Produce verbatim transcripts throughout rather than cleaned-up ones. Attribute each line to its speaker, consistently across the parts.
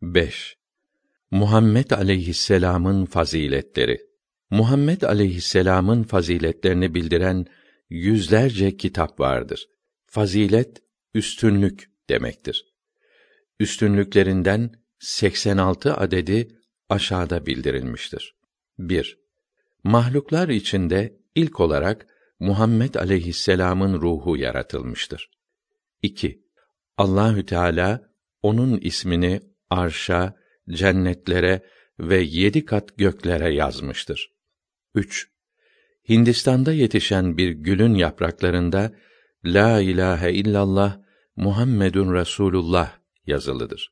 Speaker 1: beş. Muhammed aleyhisselam'ın faziletleri. Muhammed aleyhisselam'ın faziletlerini bildiren yüzlerce kitap vardır. Fazilet, üstünlük demektir. Üstünlüklerinden seksen altı adedi aşağıda bildirilmiştir. bir. Mahluklar içinde ilk olarak Muhammed aleyhisselam'ın ruhu yaratılmıştır. iki. Allahü Teala onun ismini arşa, cennetlere ve yedi kat göklere yazmıştır. üç. Hindistan'da yetişen bir gülün yapraklarında La ilahe illallah Muhammedun Resulullah yazılıdır.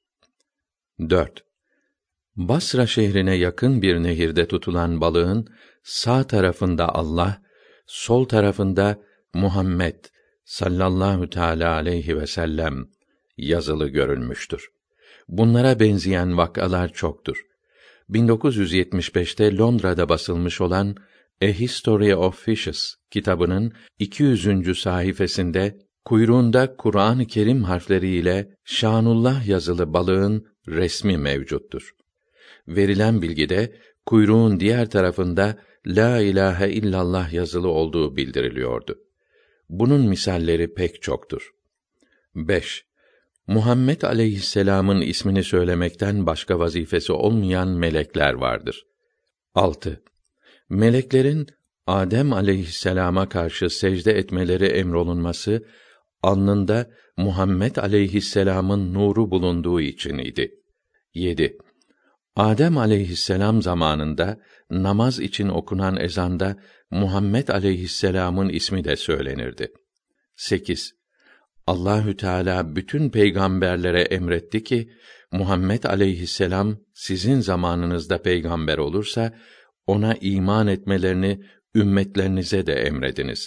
Speaker 1: dört. Basra şehrine yakın bir nehirde tutulan balığın sağ tarafında Allah, sol tarafında Muhammed sallallahu teâlâ aleyhi ve sellem yazılı görülmüştür. Bunlara benzeyen vakalar çoktur. bin dokuz yüz yetmiş beşte Londra'da basılmış olan A History of Fishes kitabının iki yüzüncü sayfasında kuyruğunda Kur'an-ı Kerim harfleriyle Şanullah yazılı balığın resmi mevcuttur. Verilen bilgide kuyruğun diğer tarafında La ilahe illallah yazılı olduğu bildiriliyordu. Bunun misalleri pek çoktur. beş. Muhammed aleyhisselam'ın ismini söylemekten başka vazifesi olmayan melekler vardır. altı. Meleklerin Adem aleyhisselama karşı secde etmeleri emrolunması alnında Muhammed aleyhisselam'ın nuru bulunduğu için idi. yedi. Adem aleyhisselam zamanında namaz için okunan ezanda Muhammed aleyhisselam'ın ismi de söylenirdi. sekiz. Allahü Teala bütün peygamberlere emretti ki Muhammed aleyhisselam sizin zamanınızda peygamber olursa ona iman etmelerini ümmetlerinize de emrediniz.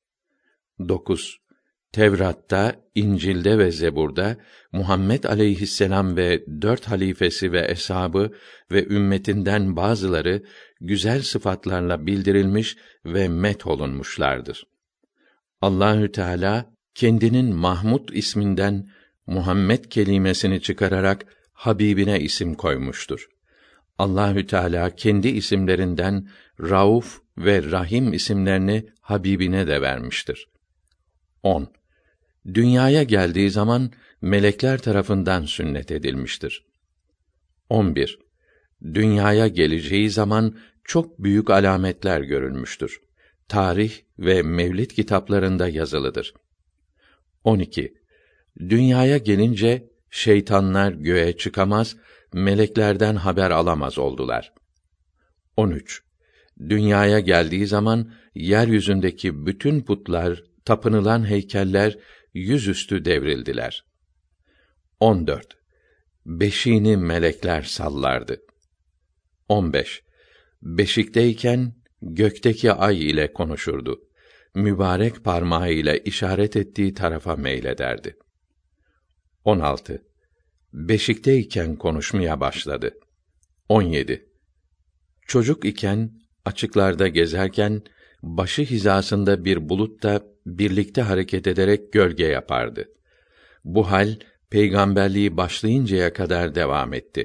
Speaker 1: dokuz. Tevrat'ta, İncil'de ve Zebur'da Muhammed aleyhisselam ve dört halifesi ve eshabı ve ümmetinden bazıları güzel sıfatlarla bildirilmiş ve metholunmuşlardır. Allahü Teala kendinin Mahmud isminden Muhammed kelimesini çıkararak Habibine isim koymuştur. Allahü Teala kendi isimlerinden Rauf ve Rahim isimlerini Habibine de vermiştir. on. Dünyaya geldiği zaman melekler tarafından sünnet edilmiştir. on bir. Dünyaya geleceği zaman çok büyük alametler görülmüştür. Tarih ve mevlid kitaplarında yazılıdır. on iki. Dünyaya gelince şeytanlar göğe çıkamaz, meleklerden haber alamaz oldular. on üç. Dünyaya geldiği zaman yeryüzündeki bütün putlar, tapınılan heykeller yüzüstü devrildiler. on dört. Beşiğini melekler sallardı. on beş. Beşikteyken gökteki ay ile konuşurdu. Mübarek parmağı ile işaret ettiği tarafa meylederdi. on altı. Beşikteyken konuşmaya başladı. on yedi. Çocuk iken açıklarda gezerken başı hizasında bir bulutta birlikte hareket ederek gölge yapardı. Bu hal peygamberliği başlayıncaya kadar devam etti.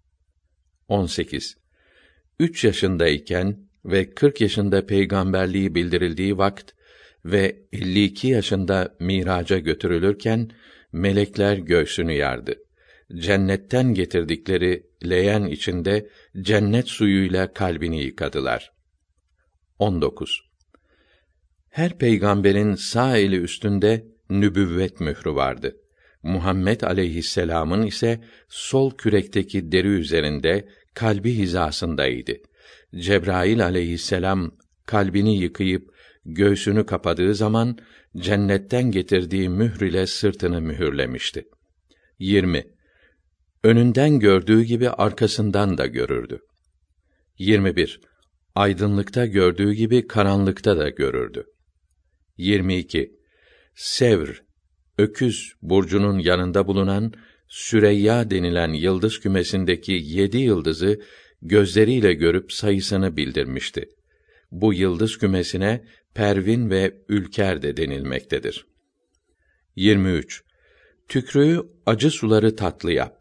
Speaker 1: on sekiz. Üç yaşındayken ve kırk yaşında peygamberliği bildirildiği vakt ve elli iki yaşında miraca götürülürken melekler göğsünü yardı. Cennetten getirdikleri leğen içinde cennet suyuyla kalbini yıkadılar. on dokuz. Her peygamberin sağ eli üstünde nübüvvet mührü vardı. Muhammed aleyhisselam'ın ise sol kürekteki deri üzerinde kalbi hizasındaydı. Cebrail aleyhisselam kalbini yıkayıp göğsünü kapadığı zaman cennetten getirdiği mühr ile sırtını mühürlemişti. yirmi. Önünden gördüğü gibi arkasından da görürdü. yirmi bir. Aydınlıkta gördüğü gibi karanlıkta da görürdü. yirmi iki. Sevr, öküz burcunun yanında bulunan Süreyya denilen yıldız kümesindeki yedi yıldızı gözleriyle görüp sayısını bildirmişti. Bu yıldız kümesine Pervin ve Ülker de denilmektedir. yirmi üç. Tükrüğü acı suları tatlı yaptı.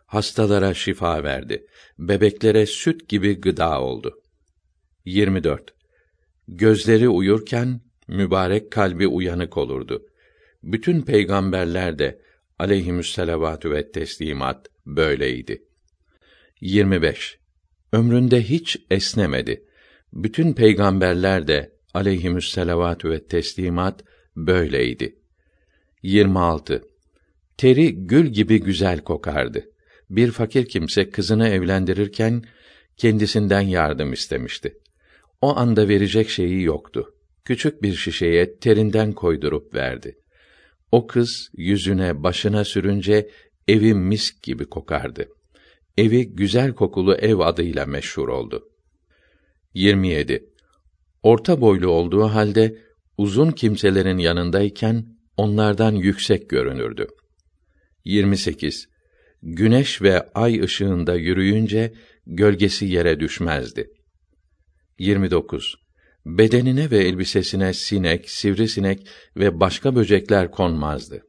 Speaker 1: hastalara şifa verdi. Bebeklere süt gibi gıda oldu. yirmi dört. Gözleri uyurken mübarek kalbi uyanık olurdu. Bütün peygamberler de aleyhimüsselavatü ve teslimat böyleydi. yirmi beş. Ömründe hiç esnemedi. Bütün peygamberler de aleyhimüsselavatü ve teslimat böyleydi. yirmi altı. Teri gül gibi güzel kokardı. Bir fakir kimse kızını evlendirirken kendisinden yardım istemişti. O anda verecek şeyi yoktu. Küçük bir şişeye terinden koydurup verdi. O kız yüzüne, başına sürünce evi misk gibi kokardı. Evi güzel kokulu ev adıyla meşhur oldu. yirmi yedi. Orta boylu olduğu halde uzun kimselerin yanındayken onlardan yüksek görünürdü. yirmi sekiz. Güneş ve ay ışığında yürüyünce gölgesi yere düşmezdi. yirmi dokuz. Bedenine ve elbisesine sinek, sivrisinek ve başka böcekler konmazdı.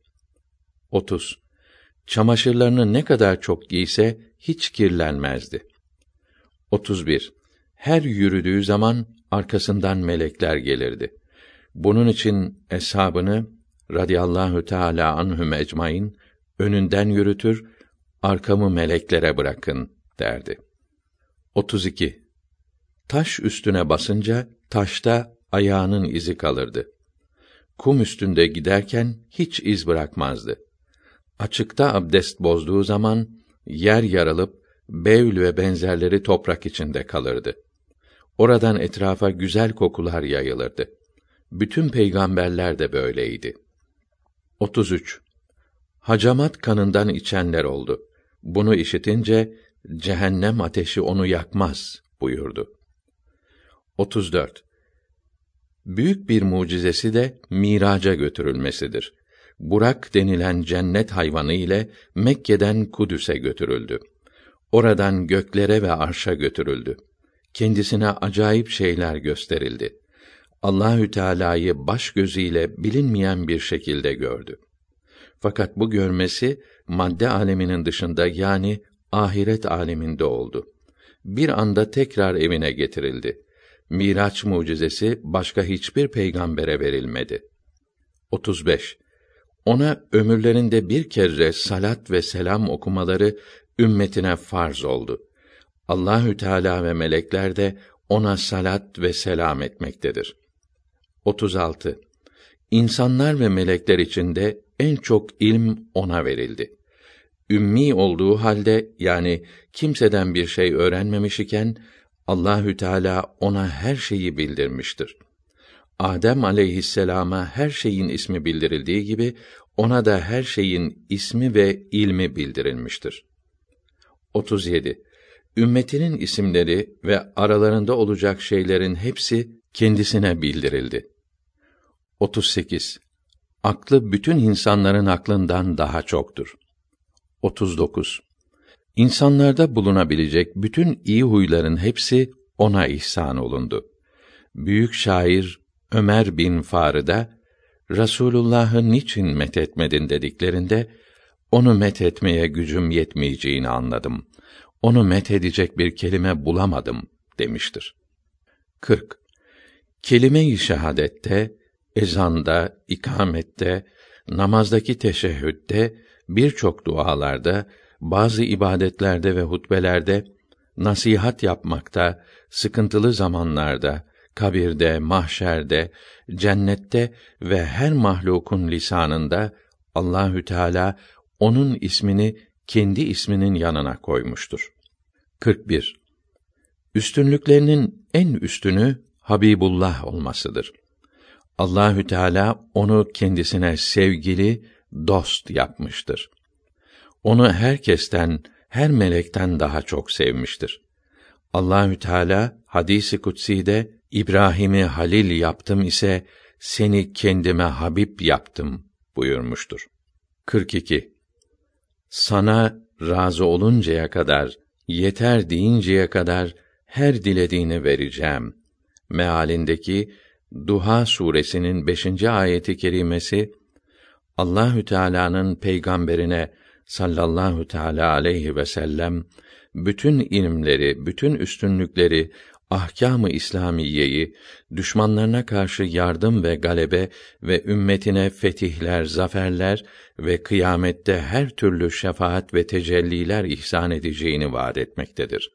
Speaker 1: otuz. Çamaşırlarını ne kadar çok giyse hiç kirlenmezdi. otuz bir. Her yürüdüğü zaman arkasından melekler gelirdi. Bunun için eshabını radıyallahu teâlâ anhum ecmaîn önünden yürütür, arkamı meleklere bırakın derdi. otuz iki. Taş üstüne basınca taşta ayağının izi kalırdı. Kum üstünde giderken hiç iz bırakmazdı. Açıkta abdest bozduğu zaman yer yarılıp bevl ve benzerleri toprak içinde kalırdı. Oradan etrafa güzel kokular yayılırdı. Bütün peygamberler de böyleydi. otuz üç. Hacamat kanından içenler oldu. Bunu işitince cehennem ateşi onu yakmaz buyurdu. otuz dört. Büyük bir mucizesi de miraca götürülmesidir. Burak denilen cennet hayvanı ile Mekke'den Kudüs'e götürüldü. Oradan göklere ve arşa götürüldü. Kendisine acayip şeyler gösterildi. Allahü Teala'yı baş gözüyle bilinmeyen bir şekilde gördü. Fakat bu görmesi madde aleminin dışında, yani ahiret aleminde oldu. Bir anda tekrar evine getirildi. Miraç mucizesi başka hiçbir peygambere verilmedi. otuz beş. Ona ömürlerinde bir kere salat ve selam okumaları ümmetine farz oldu. Allahü Teala ve melekler de ona salat ve selam etmektedir. otuz altı. İnsanlar ve melekler içinde en çok ilm ona verildi. Ümmi olduğu halde, yani kimseden bir şey öğrenmemiş iken Allahü Teala ona her şeyi bildirmiştir. Adem aleyhisselama her şeyin ismi bildirildiği gibi ona da her şeyin ismi ve ilmi bildirilmiştir. otuz yedi. Ümmetinin isimleri ve aralarında olacak şeylerin hepsi kendisine bildirildi. otuz sekiz. Aklı bütün insanların aklından daha çoktur. otuz dokuz. İnsanlarda bulunabilecek bütün iyi huyların hepsi ona ihsan olundu. Büyük şair Ömer bin Farıda, Resulullah'ı niçin methetmedin dediklerinde, onu methetmeye gücüm yetmeyeceğini anladım. Onu methedecek bir kelime bulamadım demiştir. kırk. Kelime-i şehadette, ezanda, ikamette, namazdaki teşehhütte, birçok dualarda, bazı ibadetlerde ve hutbelerde, nasihat yapmakta, sıkıntılı zamanlarda, kabirde, mahşerde, cennette ve her mahlukun lisanında Allahü Teala onun ismini kendi isminin yanına koymuştur. kırk bir. Üstünlüklerinin en üstünü Habibullah olmasıdır. Allahü Teala onu kendisine sevgili, dost yapmıştır. Onu herkesten, her melekten daha çok sevmiştir. Allahü Teala hadis-i kutsi'de İbrahim'i halil yaptım ise seni kendime Habib yaptım buyurmuştur. kırk iki. Sana razı oluncaya kadar, yeter deyinceye kadar her dilediğini vereceğim mealindeki Duha suresinin beşinci ayeti kerimesi Allahü Teala'nın peygamberine sallallahu teâlâ aleyhi ve sellem bütün ilimleri, bütün üstünlükleri, ahkâm-ı İslamiyeyi, düşmanlarına karşı yardım ve galebe ve ümmetine fetihler, zaferler ve kıyamette her türlü şefaat ve tecelliler ihsan edeceğini vaad etmektedir.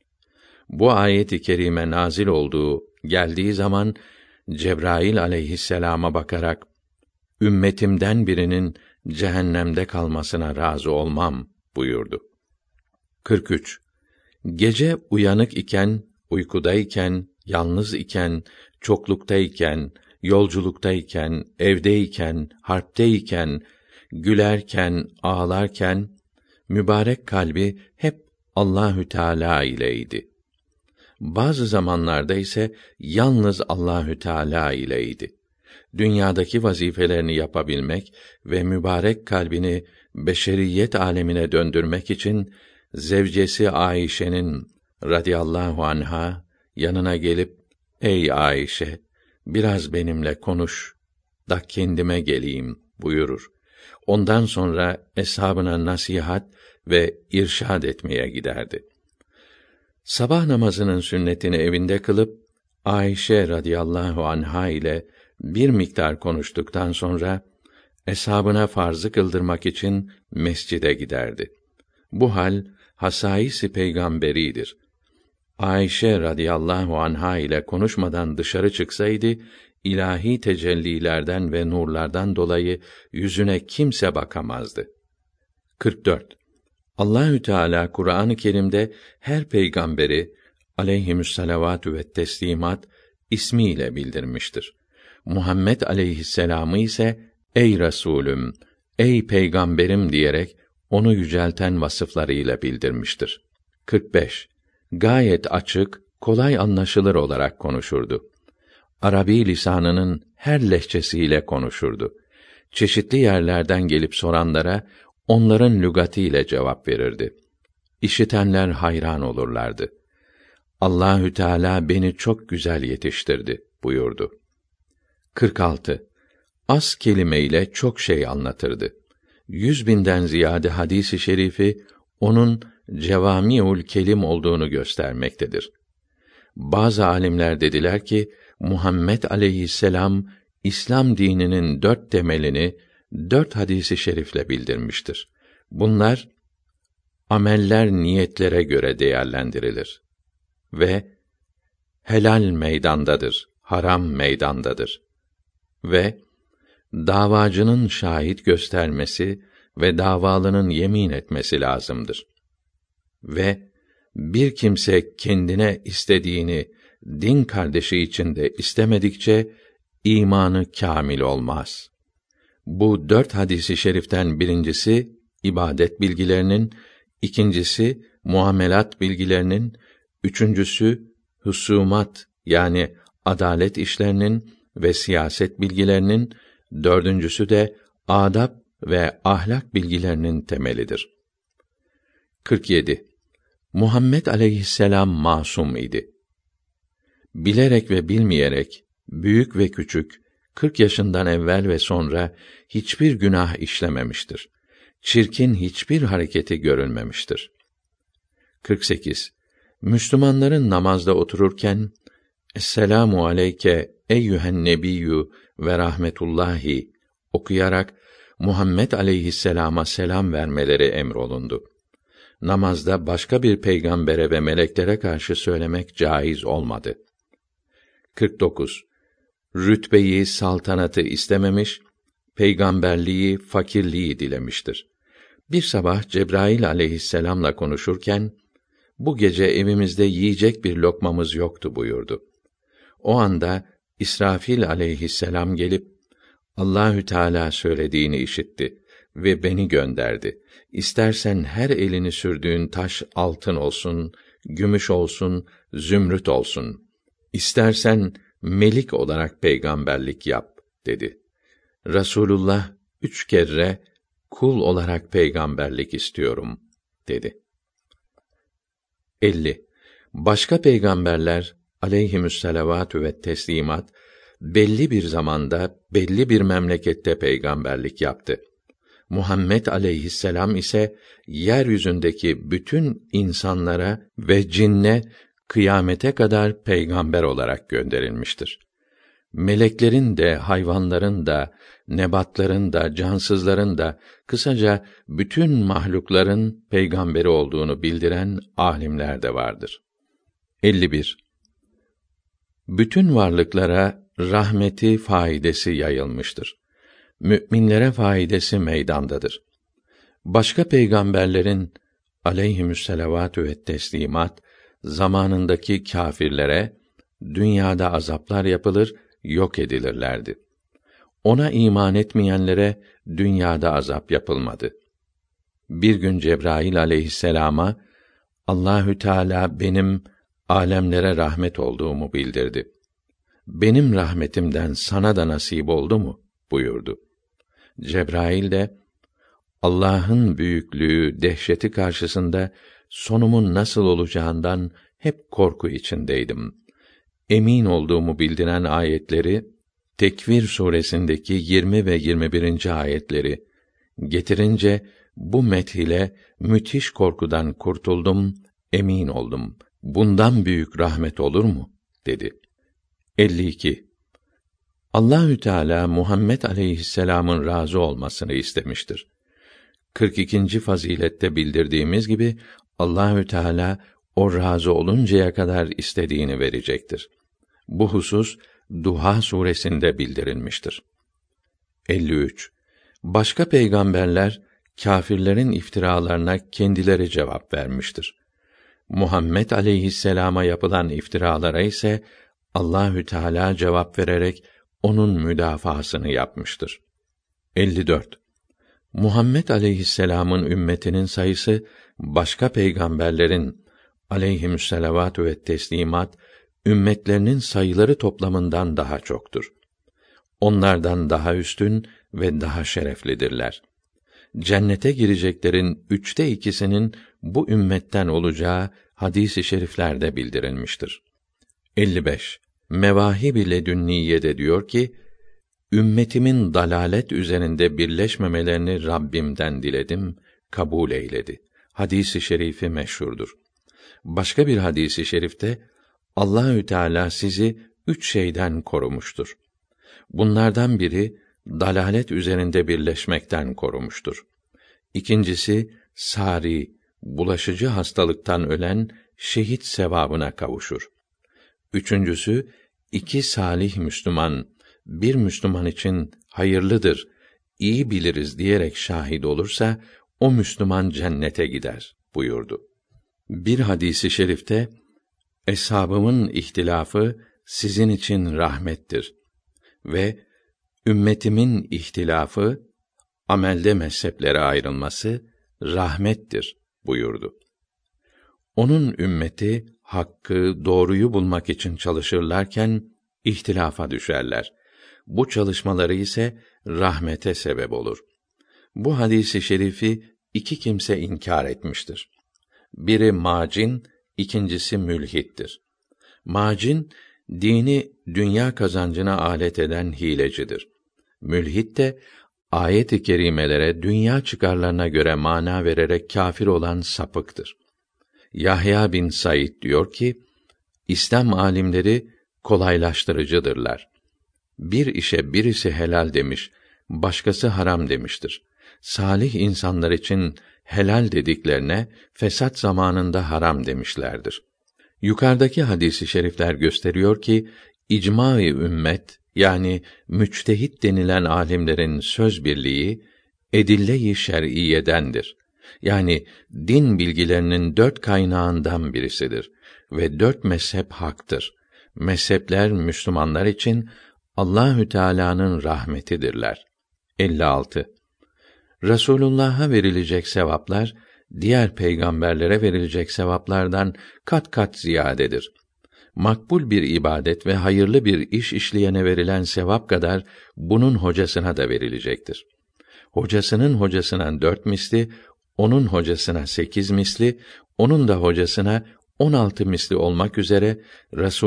Speaker 1: Bu ayet-i kerime nazil olduğu, geldiği zaman Cebrail aleyhisselama bakarak, ümmetimden birinin cehennemde kalmasına razı olmam buyurdu. kırk üç. Gece uyanık iken, uykudayken, yalnız iken, çokluktayken, yolculuktayken, evdeyken, harpteyken, gülerken, ağlarken, mübarek kalbi hep Allahü Teâlâ ileydi. Bazı zamanlarda ise yalnız Allahü Teâlâ ileydi. Dünyadaki vazifelerini yapabilmek ve mübarek kalbini beşeriyet alemine döndürmek için zevcesi Ayşe'nin radıyallahu anha yanına gelip, "Ey Ayşe, biraz benimle konuş da kendime geleyim." buyurur. Ondan sonra eshabına nasihat ve irşad etmeye giderdi. Sabah namazının sünnetini evinde kılıp Ayşe radıyallahu anha ile bir miktar konuştuktan sonra eshabına farzı kıldırmak için mescide giderdi. Bu hal hasais-i peygamberidir. Ayşe radıyallahu anha ile konuşmadan dışarı çıksaydı, ilahi tecellilerden ve nurlardan dolayı yüzüne kimse bakamazdı. kırk dört. Allahü Teala Kur'an-ı Kerim'de her peygamberi aleyhimüsselavatü ve teslimat ismiyle bildirmiştir. Muhammed aleyhisselam'ı ise ey Resulüm, ey peygamberim diyerek onu yücelten vasıflarıyla bildirmiştir. kırk beş. Gayet açık, kolay anlaşılır olarak konuşurdu. Arabi lisanının her lehçesiyle konuşurdu. Çeşitli yerlerden gelip soranlara onların lügatiyle cevap verirdi. İşitenler hayran olurlardı. Allahü Teala beni çok güzel yetiştirdi buyurdu. kırk altı. Az kelimeyle çok şey anlatırdı. Yüz binden ziyade hadis-i şerifi onun cevamiül kelim olduğunu göstermektedir. Bazı alimler dediler ki Muhammed aleyhisselam İslam dininin dört temelini dört hadis-i şerifle bildirmiştir. Bunlar ameller niyetlere göre değerlendirilir ve helal meydandadır, haram meydandadır ve davacının şahit göstermesi ve davalının yemin etmesi lazımdır. Ve bir kimse kendine istediğini din kardeşi için de istemedikçe imanı kâmil olmaz. Bu dört hadis-i şeriften birincisi ibadet bilgilerinin, ikincisi muamelat bilgilerinin, üçüncüsü husumat yani adalet işlerinin ve siyaset bilgilerinin, dördüncüsü de adab ve ahlak bilgilerinin temelidir. kırk yedi. Muhammed aleyhisselam masum idi. Bilerek ve bilmeyerek, büyük ve küçük, kırk yaşından evvel ve sonra hiçbir günah işlememiştir. Çirkin hiçbir hareketi görülmemiştir. kırk sekiz. Müslümanların namazda otururken, Esselamu aleyke eyyühen nebiyyü ve rahmetullahi okuyarak Muhammed aleyhisselama selam vermeleri emrolundu. Namazda başka bir peygambere ve meleklere karşı söylemek caiz olmadı. kırk dokuz. Rütbeyi, saltanatı istememiş, peygamberliği, fakirliği dilemiştir. Bir sabah Cebrail aleyhisselamla konuşurken, bu gece evimizde yiyecek bir lokmamız yoktu buyurdu. O anda İsrafil aleyhisselam gelip Allahü Teala söylediğini işitti ve beni gönderdi. İstersen her elini sürdüğün taş altın olsun, gümüş olsun, zümrüt olsun. İstersen melik olarak peygamberlik yap dedi. Rasulullah üç kere kul olarak peygamberlik istiyorum dedi. elli. Başka peygamberler aleyhimüsselavatü ve teslimat belli bir zamanda belli bir memlekette peygamberlik yaptı. Muhammed aleyhisselam ise yeryüzündeki bütün insanlara ve cinne kıyamete kadar peygamber olarak gönderilmiştir. Meleklerin de, hayvanların da, nebatların da, cansızların da, kısaca bütün mahlukların peygamberi olduğunu bildiren âlimler de vardır. elli bir. Bütün varlıklara rahmeti, faidesi yayılmıştır. Mü'minlere faidesi meydandadır. Başka peygamberlerin aleyhimüsselavatü ve teslimat zamanındaki kâfirlere dünyada azaplar yapılır, yok edilirlerdi. Ona iman etmeyenlere dünyada azap yapılmadı. Bir gün Cebrail aleyhisselama Allahü Teala benim âlemlere rahmet olduğumu bildirdi. Benim rahmetimden sana da nasip oldu mu? Buyurdu. Cebrail de Allah'ın büyüklüğü, dehşeti karşısında sonumun nasıl olacağından hep korku içindeydim. Emin olduğumu bildiren ayetleri, Tekvir suresindeki yirmi ve yirmi birinci ayetleri getirince bu met ile müthiş korkudan kurtuldum, emin oldum. Bundan büyük rahmet olur mu? Dedi. elli iki. Allahü Teala Muhammed aleyhisselam'ın razı olmasını istemiştir. kırk ikinci fazilette bildirdiğimiz gibi Allahü Teala o razı oluncaya kadar istediğini verecektir. Bu husus Duha suresinde bildirilmiştir. elli üç. Başka peygamberler kâfirlerin iftiralarına kendileri cevap vermiştir. Muhammed aleyhisselama yapılan iftiralara ise Allahü Teala cevap vererek onun müdafaasını yapmıştır. elli dört. Muhammed aleyhisselam'ın ümmetinin sayısı başka peygamberlerin aleyhimüsselavatü ve teslimat ümmetlerinin sayıları toplamından daha çoktur. Onlardan daha üstün ve daha şereflidirler. Cennete gireceklerin üçte ikisinin bu ümmetten olacağı hadis-i şeriflerde bildirilmiştir. elli beş. Mevâhib-i Ledünniye'de diyor ki, ümmetimin dalalet üzerinde birleşmemelerini Rabbimden diledim, kabul eyledi. Hadis-i şerifi meşhurdur. Başka bir hadis-i şerifte Allahü Teala sizi üç şeyden korumuştur. Bunlardan biri dalalet üzerinde birleşmekten korumuştur. İkincisi sari, bulaşıcı hastalıktan ölen şehit sevabına kavuşur. Üçüncüsü iki salih Müslüman bir Müslüman için hayırlıdır, iyi biliriz diyerek şahit olursa o Müslüman cennete gider buyurdu. Bir hadisi şerifte eshabımın ihtilafı sizin için rahmettir ve ümmetimin ihtilafı, amelde mezheplere ayrılması rahmettir buyurdu. Onun ümmeti hakkı, doğruyu bulmak için çalışırlarken ihtilafa düşerler. Bu çalışmaları ise rahmete sebep olur. Bu hadisi şerifi iki kimse inkar etmiştir. Biri macin, ikincisi mülhittir. Macin, dini dünya kazancına alet eden hilecidir. Mülhit de ayet-i kerimelere dünya çıkarlarına göre mana vererek kâfir olan sapıktır. Yahya bin Said diyor ki, İslam âlimleri kolaylaştırıcıdırlar. Bir işe birisi helal demiş, başkası haram demiştir. Salih insanlar için helal dediklerine fesat zamanında haram demişlerdir. Yukarıdaki hadis-i şerifler gösteriyor ki icma-i ümmet yani müçtehit denilen âlimlerin söz birliği edille-i şer'iyedendir. Yani din bilgilerinin dört kaynağından birisidir ve dört mezhep haktır. Mezhepler Müslümanlar için Allahü Teala'nın rahmetidirler. elli altı. Resulullah'a verilecek sevaplar diğer peygamberlere verilecek sevaplardan kat kat ziyadedir. Makbul bir ibadet ve hayırlı bir iş işleyene verilen sevap kadar bunun hocasına da verilecektir. Hocasının hocasına dört misli, onun hocasına sekiz misli, onun da hocasına on altı misli olmak üzere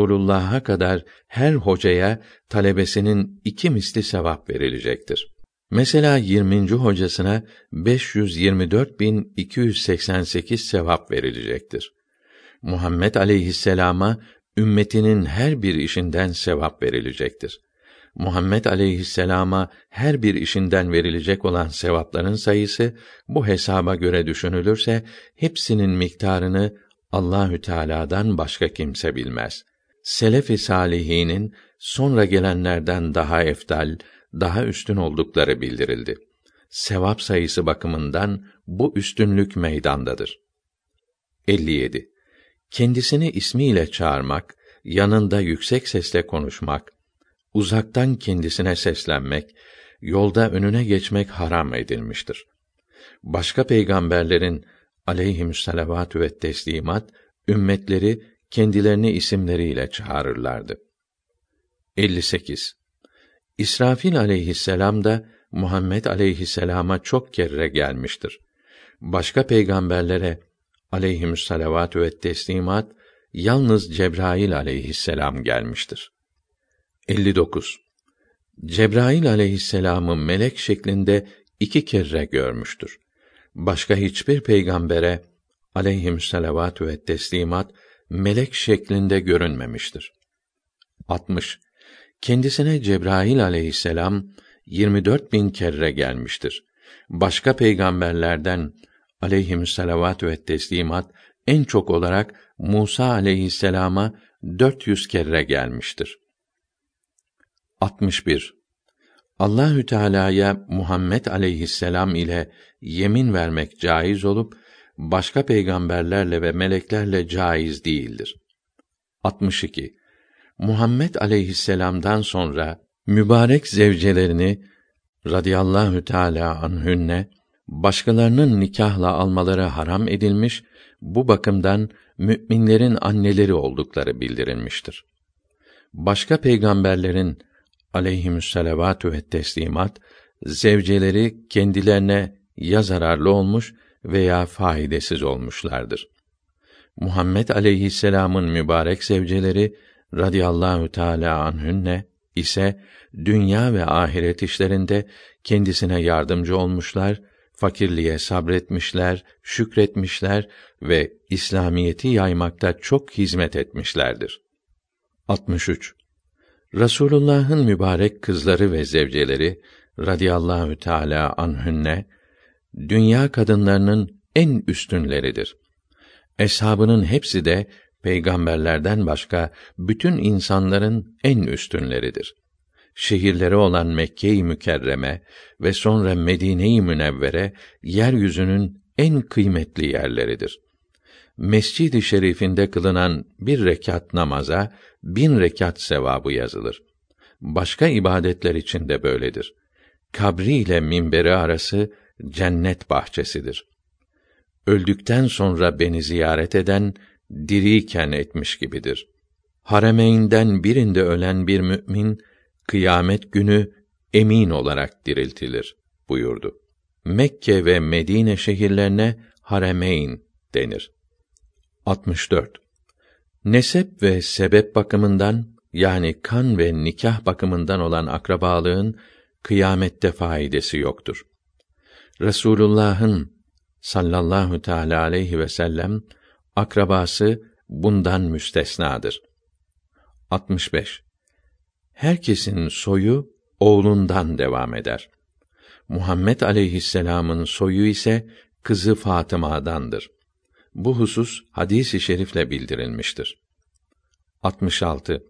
Speaker 1: Resulullah'a kadar her hocaya talebesinin iki misli sevap verilecektir. Mesela yirminci hocasına beş yüz yirmi dört bin iki yüz seksen sekiz sevap verilecektir. Muhammed aleyhisselama ümmetinin her bir işinden sevap verilecektir. Muhammed aleyhisselama her bir işinden verilecek olan sevapların sayısı bu hesaba göre düşünülürse hepsinin miktarını Allahü Teala'dan başka kimse bilmez. Selef-i salihinin sonra gelenlerden daha efdal, daha üstün oldukları bildirildi. Sevap sayısı bakımından bu üstünlük meydandadır. elli yedi. Kendisini ismiyle çağırmak, yanında yüksek sesle konuşmak, uzaktan kendisine seslenmek, yolda önüne geçmek haram edilmiştir. Başka peygamberlerin aleyhimüsselavatü ve teslimat, ümmetleri kendilerini isimleriyle çağırırlardı. elli sekiz. İsrafil aleyhisselam da Muhammed aleyhisselama çok kere gelmiştir. Başka peygamberlere aleyhimüsselavatü ve teslimat yalnız Cebrail aleyhisselam gelmiştir. elli dokuz. Cebrail aleyhisselamı melek şeklinde iki kere görmüştür. Başka hiçbir peygambere aleyhimüsselavatü ve teslimat melek şeklinde görünmemiştir. altmış. Kendisine Cebrail aleyhisselam yirmi dört bin kere gelmiştir. Başka peygamberlerden aleyhimüsselavatü ve teslimat en çok olarak Musa aleyhisselama dört yüz kere gelmiştir. altmış bir. Allahü Teala'ya Muhammed aleyhisselam ile yemin vermek caiz olup başka peygamberlerle ve meleklerle caiz değildir. altmış iki. Muhammed aleyhisselam'dan sonra mübarek zevcelerini radıyallahu teâlâ anhünne başkalarının nikahla almaları haram edilmiş, bu bakımdan mü'minlerin anneleri oldukları bildirilmiştir. Başka peygamberlerin aleyhimüsselavatü ve teslimat zevceleri kendilerine ya zararlı olmuş veya faydasız olmuşlardır. Muhammed aleyhisselam'ın mübarek zevceleri radıyallahu teâlâ anhünne ise dünya ve ahiret işlerinde kendisine yardımcı olmuşlar, fakirliğe sabretmişler, şükretmişler ve İslamiyeti yaymakta çok hizmet etmişlerdir. altmış üç. Rasulullah'ın mübarek kızları ve zevceleri radıyallahu teâlâ anhünne dünya kadınlarının en üstünleridir. Eshabının hepsi de peygamberlerden başka bütün insanların en üstünleridir. Şehirleri olan Mekke-i Mükerreme ve sonra Medine-i Münevvere yeryüzünün en kıymetli yerleridir. Mescid-i Şerif'inde kılınan bir rekat namaza bin rekat sevabı yazılır. Başka ibadetler için de böyledir. Kabri ile minberi arası cennet bahçesidir. Öldükten sonra beni ziyaret eden diriyken etmiş gibidir. Haremeyn'den birinde ölen bir mü'min kıyamet günü emin olarak diriltilir buyurdu. Mekke ve Medine şehirlerine Haremeyn denir. altmış dört. Nesep ve sebep bakımından, yani kan ve nikah bakımından olan akrabalığın kıyamette faydası yoktur. Resulullah'ın sallallahu teâlâ aleyhi ve sellem akrabası bundan müstesnadır. altmış beş. Herkesin soyu oğlundan devam eder. Muhammed aleyhisselam'ın soyu ise kızı Fatıma'dandır. Bu husus hadis-i şerifle bildirilmiştir. altmış altı.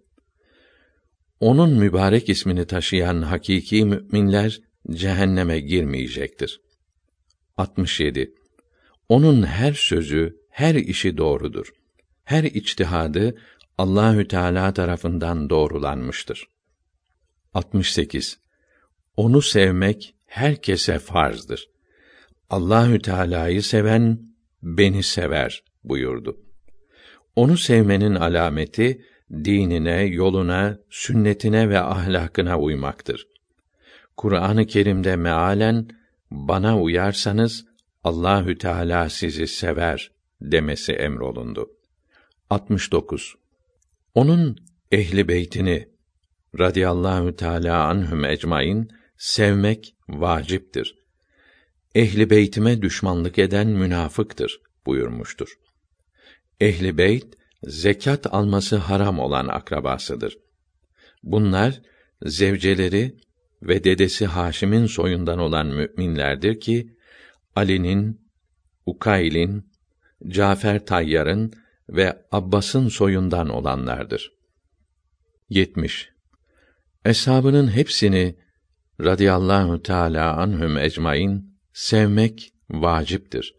Speaker 1: Onun mübarek ismini taşıyan hakiki mü'minler cehenneme girmeyecektir. altmış yedi. Onun her sözü, her işi doğrudur. Her içtihadı Allahü Teala tarafından doğrulanmıştır. altmış sekiz. Onu sevmek herkese farzdır. Allahü Teala'yı seven beni sever buyurdu. Onu sevmenin alameti dinine, yoluna, sünnetine ve ahlakına uymaktır. Kur'an-ı Kerim'de mealen bana uyarsanız Allahü Teala sizi sever demesi emrolundu. altmış dokuz. Onun ehli beytini radıyallahu teâlâ anhum ecmaîn sevmek vaciptir. Ehli beytime düşmanlık eden münafıktır buyurmuştur. Ehli beyt, zekat alması haram olan akrabasıdır. Bunlar, zevceleri ve dedesi Haşim'in soyundan olan mü'minlerdir ki, Ali'nin, Ukayl'in, Cafer Tayyar'ın ve Abbas'ın soyundan olanlardır. yetmiş. Eshabının hepsini radıyallahu teâlâ anhum ecmaîn sevmek vaciptir.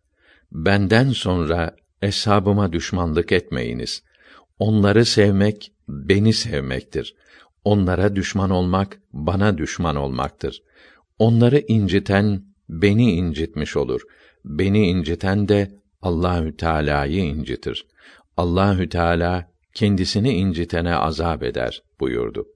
Speaker 1: Benden sonra eshabıma düşmanlık etmeyiniz. Onları sevmek beni sevmektir. Onlara düşman olmak bana düşman olmaktır. Onları inciten beni incitmiş olur. Beni inciten de Allahü Teala'yı incitir. Allahü Teala kendisini incitene azap eder buyurdu.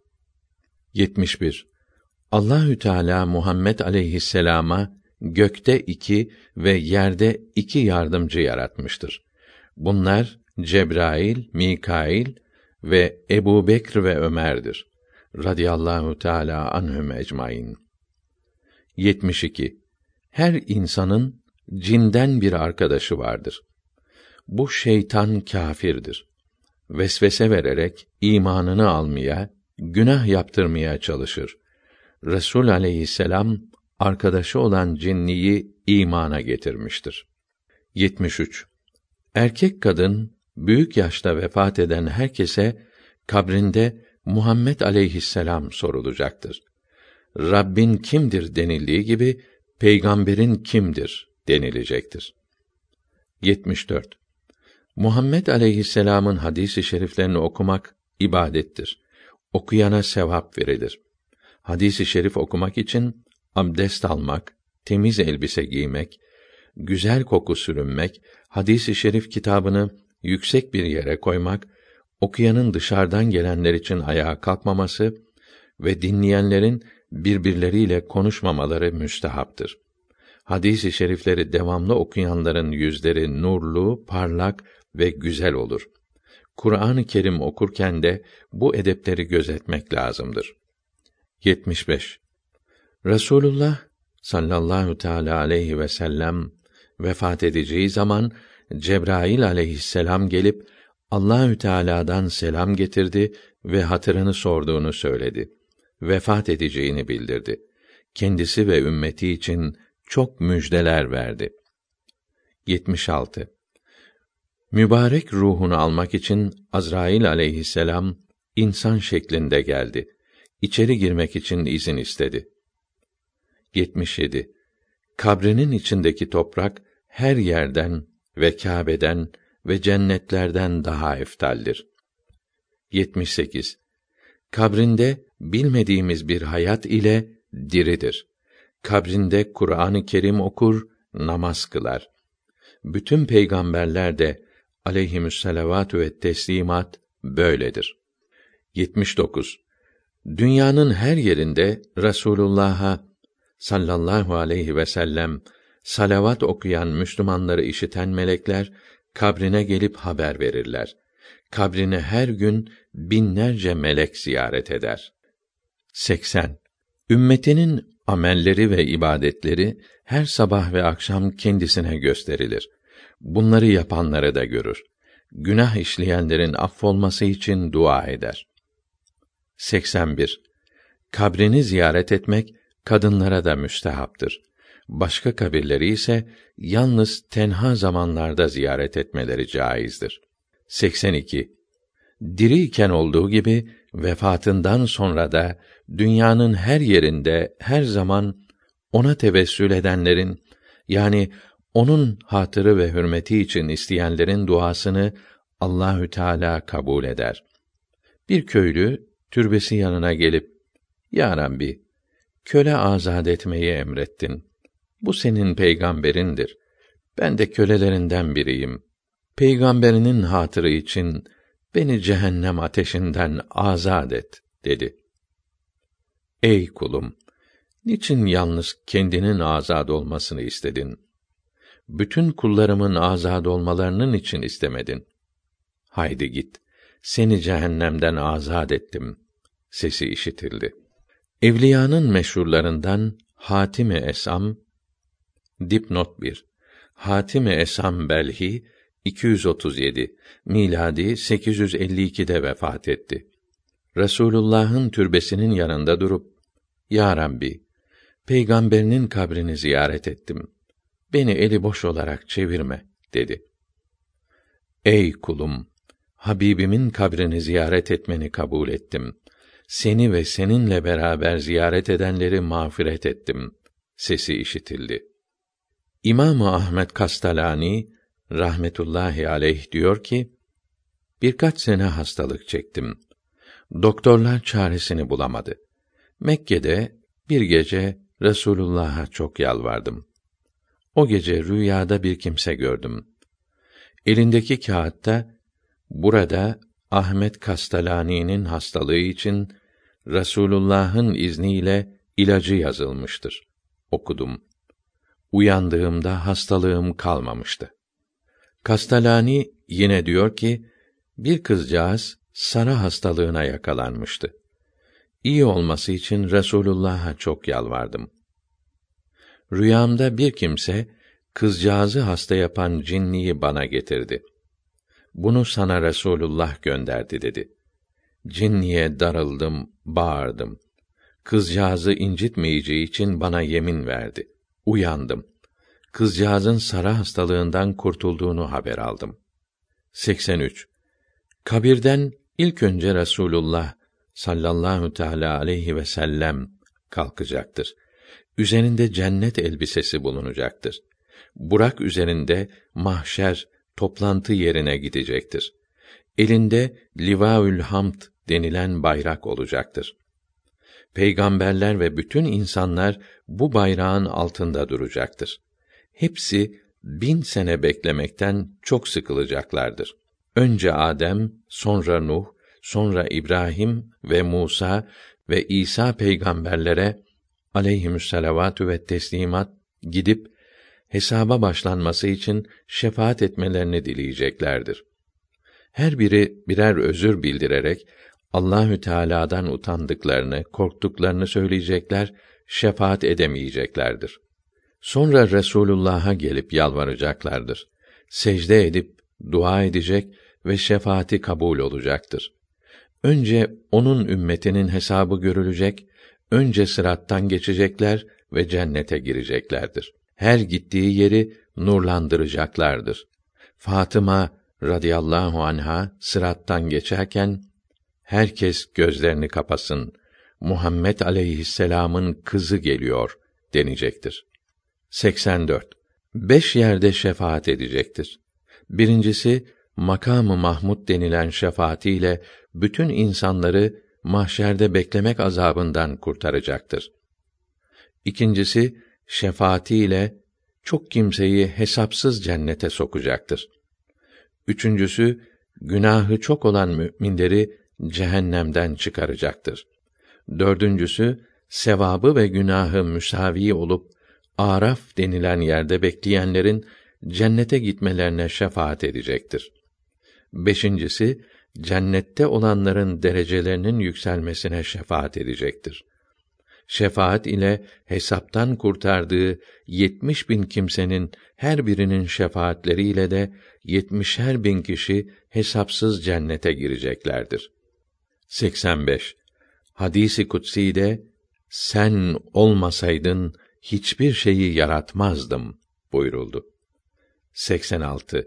Speaker 1: yetmiş bir. Allahü Teala Muhammed aleyhisselama gökte iki ve yerde iki yardımcı yaratmıştır. Bunlar Cebrail, Mikail ve Ebu Bekr ve Ömer'dir. Radiyallahu Teala anhum ecmaîn. yetmiş iki. Her insanın cinden bir arkadaşı vardır. Bu şeytan kâfirdir. Vesvese vererek imanını almaya, günah yaptırmaya çalışır. Resul aleyhisselam arkadaşı olan cinniyi imana getirmiştir. yetmiş üç. Erkek kadın büyük yaşta vefat eden herkese kabrinde Muhammed aleyhisselam sorulacaktır. Rabbin kimdir denildiği gibi peygamberin kimdir denilecektir. yetmiş dört. Muhammed aleyhisselam'ın hadis-i şeriflerini okumak ibadettir. Okuyana sevap verilir. Hadis-i şerif okumak için abdest almak, temiz elbise giymek, güzel koku sürünmek, hadis-i şerif kitabını yüksek bir yere koymak, okuyanın dışarıdan gelenler için ayağa kalkmaması ve dinleyenlerin birbirleriyle konuşmamaları müstehaptır. Hadis-i şerifleri devamlı okuyanların yüzleri nurlu, parlak ve güzel olur. Kur'an-ı Kerim okurken de bu edepleri gözetmek lazımdır. yetmiş beş. Resulullah sallallahu teâlâ aleyhi ve sellem vefat edeceği zaman Cebrail aleyhisselam gelip Allahü Teala'dan selam getirdi ve hatırını sorduğunu söyledi. Vefat edeceğini bildirdi. Kendisi ve ümmeti için çok müjdeler verdi. yetmiş altı. Mübarek ruhunu almak için Azrail aleyhisselam insan şeklinde geldi. İçeri girmek için izin istedi. yetmiş yedi. Kabrinin içindeki toprak her yerden ve Kâbe'den ve cennetlerden daha eftaldir. yetmiş sekiz. Kabrinde bilmediğimiz bir hayat ile diridir. Kabrinde Kur'an-ı Kerim okur, namaz kılar. Bütün peygamberler de aleyhimüsselavatü ve teslimat böyledir. yetmiş dokuz. Dünyanın her yerinde Resulullah'a sallallahu aleyhi ve sellem salavat okuyan Müslümanları işiten melekler kabrine gelip haber verirler. Kabrini her gün binlerce melek ziyaret eder. seksen. Ümmetinin amelleri ve ibadetleri her sabah ve akşam kendisine gösterilir. Bunları yapanları da görür. Günah işleyenlerin affolması için dua eder. seksen bir. Kabrini ziyaret etmek kadınlara da müstehaptır. Başka kabirleri ise yalnız tenha zamanlarda ziyaret etmeleri caizdir. seksen iki. Diriyken olduğu gibi vefatından sonra da dünyanın her yerinde her zaman ona tevessül edenlerin, yani onun hatırı ve hürmeti için isteyenlerin duasını Allahü Teala kabul eder. Bir köylü türbesi yanına gelip, "Ya Rabbi, köle azad etmeyi emrettin. Bu senin peygamberindir. Ben de kölelerinden biriyim. Peygamberinin hatırı için beni cehennem ateşinden azad et," dedi. "Ey kulum, niçin yalnız kendinin azad olmasını istedin? Bütün kullarımın azad olmalarının için istemedin. Haydi git, seni cehennemden azad ettim." Sesi işitildi. Evliyanın meşhurlarından Hatim-i Esam dipnot bir. Hatim-i Esam Belhi iki yüz otuz yedi miladi sekiz yüz elli ikide vefat etti. Resulullah'ın türbesinin yanında durup "Ya Rabbi, peygamberinin kabrini ziyaret ettim. Beni eli boş olarak çevirme." dedi. "Ey kulum, Habibimin kabrini ziyaret etmeni kabul ettim. Seni ve seninle beraber ziyaret edenleri mağfiret ettim." sesi işitildi. İmam-ı Ahmed Kastalani rahmetullahi aleyh diyor ki, birkaç sene hastalık çektim. Doktorlar çaresini bulamadı. Mekke'de bir gece Resulullah'a çok yalvardım. O gece rüyada bir kimse gördüm. Elindeki kağıtta, burada Ahmet Kastalani'nin hastalığı için Resulullah'ın izniyle ilacı yazılmıştır. Okudum. Uyandığımda hastalığım kalmamıştı. Kastalani yine diyor ki, bir kızcağız sara hastalığına yakalanmıştı. İyi olması için Resulullah'a çok yalvardım. Rüyamda bir kimse, kızcağızı hasta yapan cinniyi bana getirdi. "Bunu sana Resulullah gönderdi." dedi. Cinniye darıldım, bağırdım. Kızcağızı incitmeyeceği için bana yemin verdi. Uyandım. Kızcağızın sara hastalığından kurtulduğunu haber aldım. seksen üç. Kabirden ilk önce Resulullah sallallahu teâlâ aleyhi ve sellem kalkacaktır. Üzerinde cennet elbisesi bulunacaktır. Burak üzerinde mahşer toplantı yerine gidecektir. Elinde Livaül Hamd denilen bayrak olacaktır. Peygamberler ve bütün insanlar bu bayrağın altında duracaktır. Hepsi bin sene beklemekten çok sıkılacaklardır. Önce Adem, sonra Nuh, sonra İbrahim ve Musa ve İsa peygamberlere aleyhimüsselavatü ve teslimat gidip hesaba başlanması için şefaat etmelerini dileyeceklerdir. Her biri birer özür bildirerek Allahü Teala'dan utandıklarını, korktuklarını söyleyecekler, şefaat edemeyeceklerdir. Sonra Resulullah'a gelip yalvaracaklardır. Secde edip dua edecek ve şefaati kabul olacaktır. Önce onun ümmetinin hesabı görülecek, önce sırattan geçecekler ve cennete gireceklerdir. Her gittiği yeri nurlandıracaklardır. Fatıma radıyallahu anha sırattan geçerken, herkes gözlerini kapasın, Muhammed aleyhisselam'ın kızı geliyor denecektir. seksen dört. Beş yerde şefaat edecektir. Birincisi, makam-ı Mahmud denilen şefaatiyle bütün insanları mahşerde beklemek azabından kurtaracaktır. İkincisi, şefaatiyle çok kimseyi hesapsız cennete sokacaktır. Üçüncüsü, günahı çok olan müminleri cehennemden çıkaracaktır. Dördüncüsü, sevabı ve günahı müsavi olup Araf denilen yerde bekleyenlerin cennete gitmelerine şefaat edecektir. Beşincisi, cennette olanların derecelerinin yükselmesine şefaat edecektir. Şefaat ile hesaptan kurtardığı yetmiş bin kimsenin her birinin şefaatleriyle de yetmişer bin kişi hesapsız cennete gireceklerdir. seksen beş. Hadis-i kutsi'de sen olmasaydın hiçbir şeyi yaratmazdım buyuruldu. seksen altı.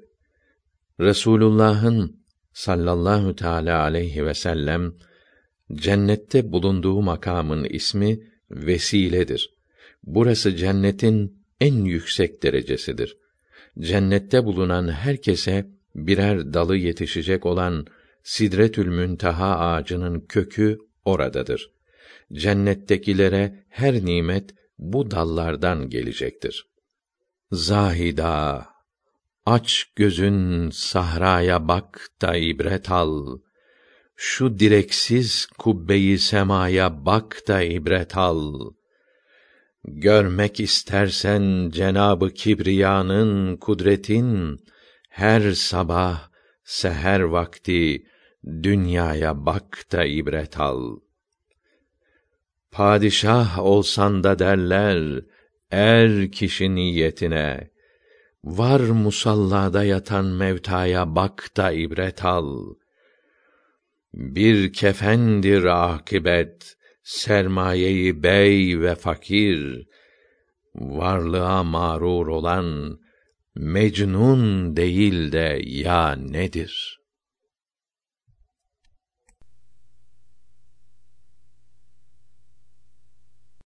Speaker 1: Resulullah'ın sallallahu teâlâ aleyhi ve sellem cennette bulunduğu makamın ismi vesiledir. Burası cennetin en yüksek derecesidir. Cennette bulunan herkese birer dalı yetişecek olan Sidretül Münteha ağacının kökü oradadır. Cennettekilere her nimet bu dallardan gelecektir. Zahida, aç gözün sahraya bak da ibret al. Şu direksiz kubbe-i semaya bak da ibret al. Görmek istersen Cenab-ı Kibriya'nın kudretin, her sabah seher vakti dünyaya bak da ibret al. Padişah olsan da derler, er kişi niyetine. Var musallada yatan mevtaya bak da ibret al. Bir kefendir akibet, sermayeyi bey ve fakir. Varlığa mağrur olan, mecnun değil de ya nedir?